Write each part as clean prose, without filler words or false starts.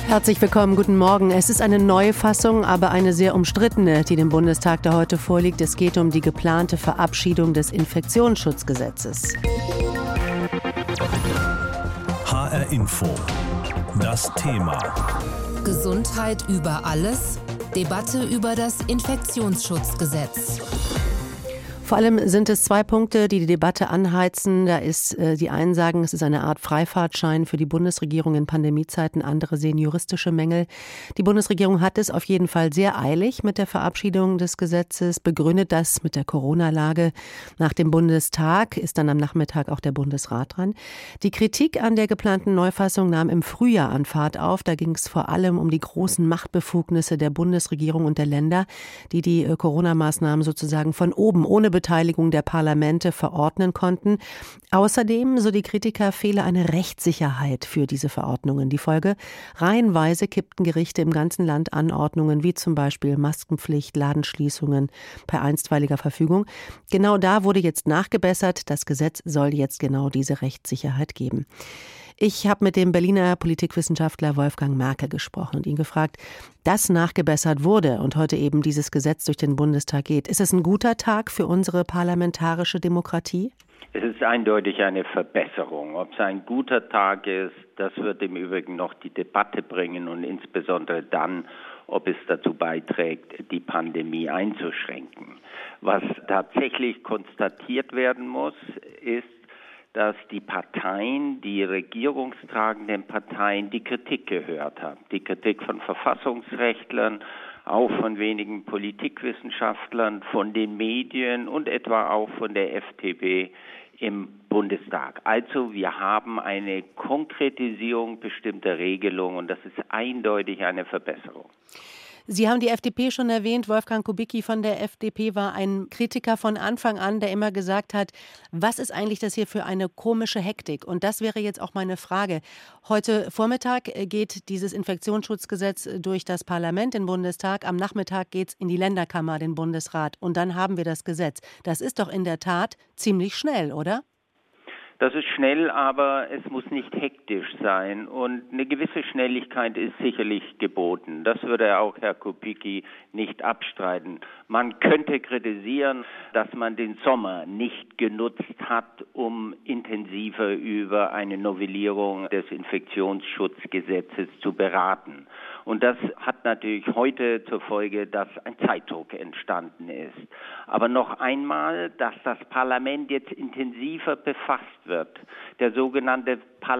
Herzlich willkommen, guten Morgen. Es ist eine neue Fassung, aber eine sehr umstrittene, die dem Bundestag da heute vorliegt. Es geht um die geplante Verabschiedung des Infektionsschutzgesetzes. HR Info. Das Thema. Gesundheit über alles? Debatte über das Infektionsschutzgesetz. Vor allem sind es zwei Punkte, die die Debatte anheizen. Da ist die einen sagen, es ist eine Art Freifahrtschein für die Bundesregierung in Pandemiezeiten. Andere sehen juristische Mängel. Die Bundesregierung hat es auf jeden Fall sehr eilig mit der Verabschiedung des Gesetzes, begründet das mit der Corona-Lage. Nach dem Bundestag ist dann am Nachmittag auch der Bundesrat dran. Die Kritik an der geplanten Neufassung nahm im Frühjahr an Fahrt auf. Da ging es vor allem um die großen Machtbefugnisse der Bundesregierung und der Länder, die Corona-Maßnahmen sozusagen von oben ohne Beteiligung der Parlamente verordnen konnten. Außerdem, so die Kritiker, fehle eine Rechtssicherheit für diese Verordnungen. Die Folge: reihenweise kippten Gerichte im ganzen Land Anordnungen wie zum Beispiel Maskenpflicht, Ladenschließungen per einstweiliger Verfügung. Genau da wurde jetzt nachgebessert. Das Gesetz soll jetzt genau diese Rechtssicherheit geben. Ich habe mit dem Berliner Politikwissenschaftler Wolfgang Merkel gesprochen und ihn gefragt, dass nachgebessert wurde und heute eben dieses Gesetz durch den Bundestag geht. Ist es ein guter Tag für unsere parlamentarische Demokratie? Es ist eindeutig eine Verbesserung. Ob es ein guter Tag ist, das wird im Übrigen noch die Debatte bringen und insbesondere dann, ob es dazu beiträgt, die Pandemie einzuschränken. Was tatsächlich konstatiert werden muss, ist, dass die Parteien, die regierungstragenden Parteien, die Kritik gehört haben. Die Kritik von Verfassungsrechtlern, auch von wenigen Politikwissenschaftlern, von den Medien und etwa auch von der FDP im Bundestag. Also wir haben eine Konkretisierung bestimmter Regelungen und das ist eindeutig eine Verbesserung. Sie haben die FDP schon erwähnt. Wolfgang Kubicki von der FDP war ein Kritiker von Anfang an, der immer gesagt hat, was ist eigentlich das hier für eine komische Hektik? Und das wäre jetzt auch meine Frage. Heute Vormittag geht dieses Infektionsschutzgesetz durch das Parlament, den Bundestag. Am Nachmittag geht es in die Länderkammer, den Bundesrat. Und dann haben wir das Gesetz. Das ist doch in der Tat ziemlich schnell, oder? Das ist schnell, aber es muss nicht hektisch sein und eine gewisse Schnelligkeit ist sicherlich geboten. Das würde auch Herr Kubicki nicht abstreiten. Man könnte kritisieren, dass man den Sommer nicht genutzt hat, um intensiver über eine Novellierung des Infektionsschutzgesetzes zu beraten. Und das hat natürlich heute zur Folge, dass ein Zeitdruck entstanden ist. Aber noch einmal, dass das Parlament jetzt intensiver befasst wird. Der sogenannte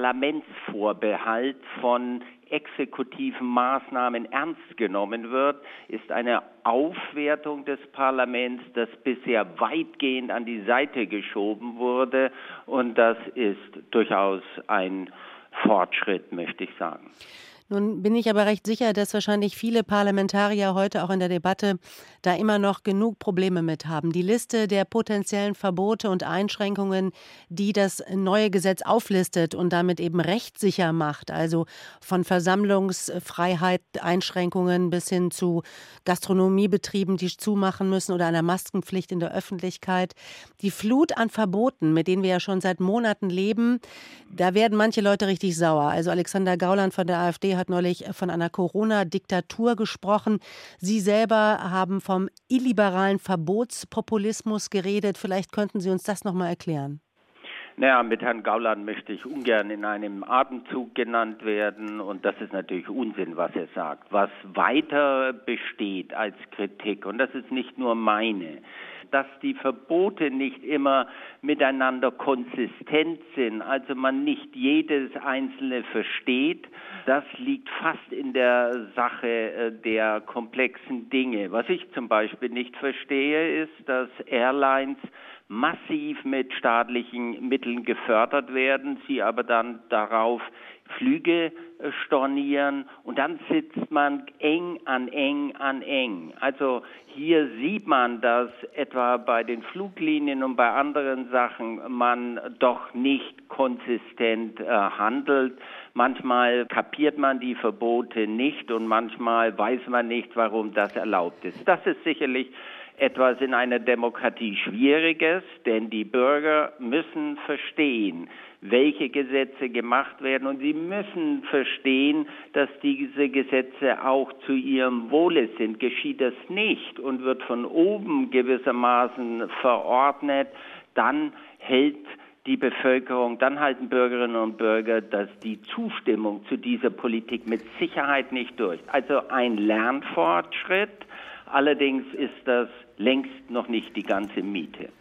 Parlamentsvorbehalt von exekutiven Maßnahmen ernst genommen wird, ist eine Aufwertung des Parlaments, das bisher weitgehend an die Seite geschoben wurde. Und das ist durchaus ein Fortschritt, möchte ich sagen. Nun bin ich aber recht sicher, dass wahrscheinlich viele Parlamentarier heute auch in der Debatte da immer noch genug Probleme mit haben. Die Liste der potenziellen Verbote und Einschränkungen, die das neue Gesetz auflistet und damit eben rechtssicher macht, also von Versammlungsfreiheit, Einschränkungen bis hin zu Gastronomiebetrieben, die zumachen müssen oder einer Maskenpflicht in der Öffentlichkeit. Die Flut an Verboten, mit denen wir ja schon seit Monaten leben, da werden manche Leute richtig sauer. Also Alexander Gauland von der AfD hat neulich von einer Corona-Diktatur gesprochen. Sie selber haben vom illiberalen Verbotspopulismus geredet. Vielleicht könnten Sie uns das noch mal erklären. Naja, mit Herrn Gauland möchte ich ungern in einem Atemzug genannt werden und das ist natürlich Unsinn, was er sagt. Was weiter besteht als Kritik, und das ist nicht nur meine, dass die Verbote nicht immer miteinander konsistent sind, also man nicht jedes einzelne versteht, das liegt fast in der Sache der komplexen Dinge. Was ich zum Beispiel nicht verstehe, ist, dass Airlines massiv mit staatlichen Mitteln gefördert werden, sie aber dann darauf Flüge stornieren und dann sitzt man eng an eng. Also hier sieht man, dass etwa bei den Fluglinien und bei anderen Sachen man doch nicht konsistent handelt. Manchmal kapiert man die Verbote nicht und manchmal weiß man nicht, warum das erlaubt ist. Das ist sicherlich etwas in einer Demokratie Schwieriges, denn die Bürger müssen verstehen, welche Gesetze gemacht werden, und sie müssen verstehen, dass diese Gesetze auch zu ihrem Wohle sind. Geschieht das nicht und wird von oben gewissermaßen verordnet, dann halten Bürgerinnen und Bürger die Zustimmung zu dieser Politik mit Sicherheit nicht durch. Also ein Lernfortschritt, allerdings ist das längst noch nicht die ganze Miete.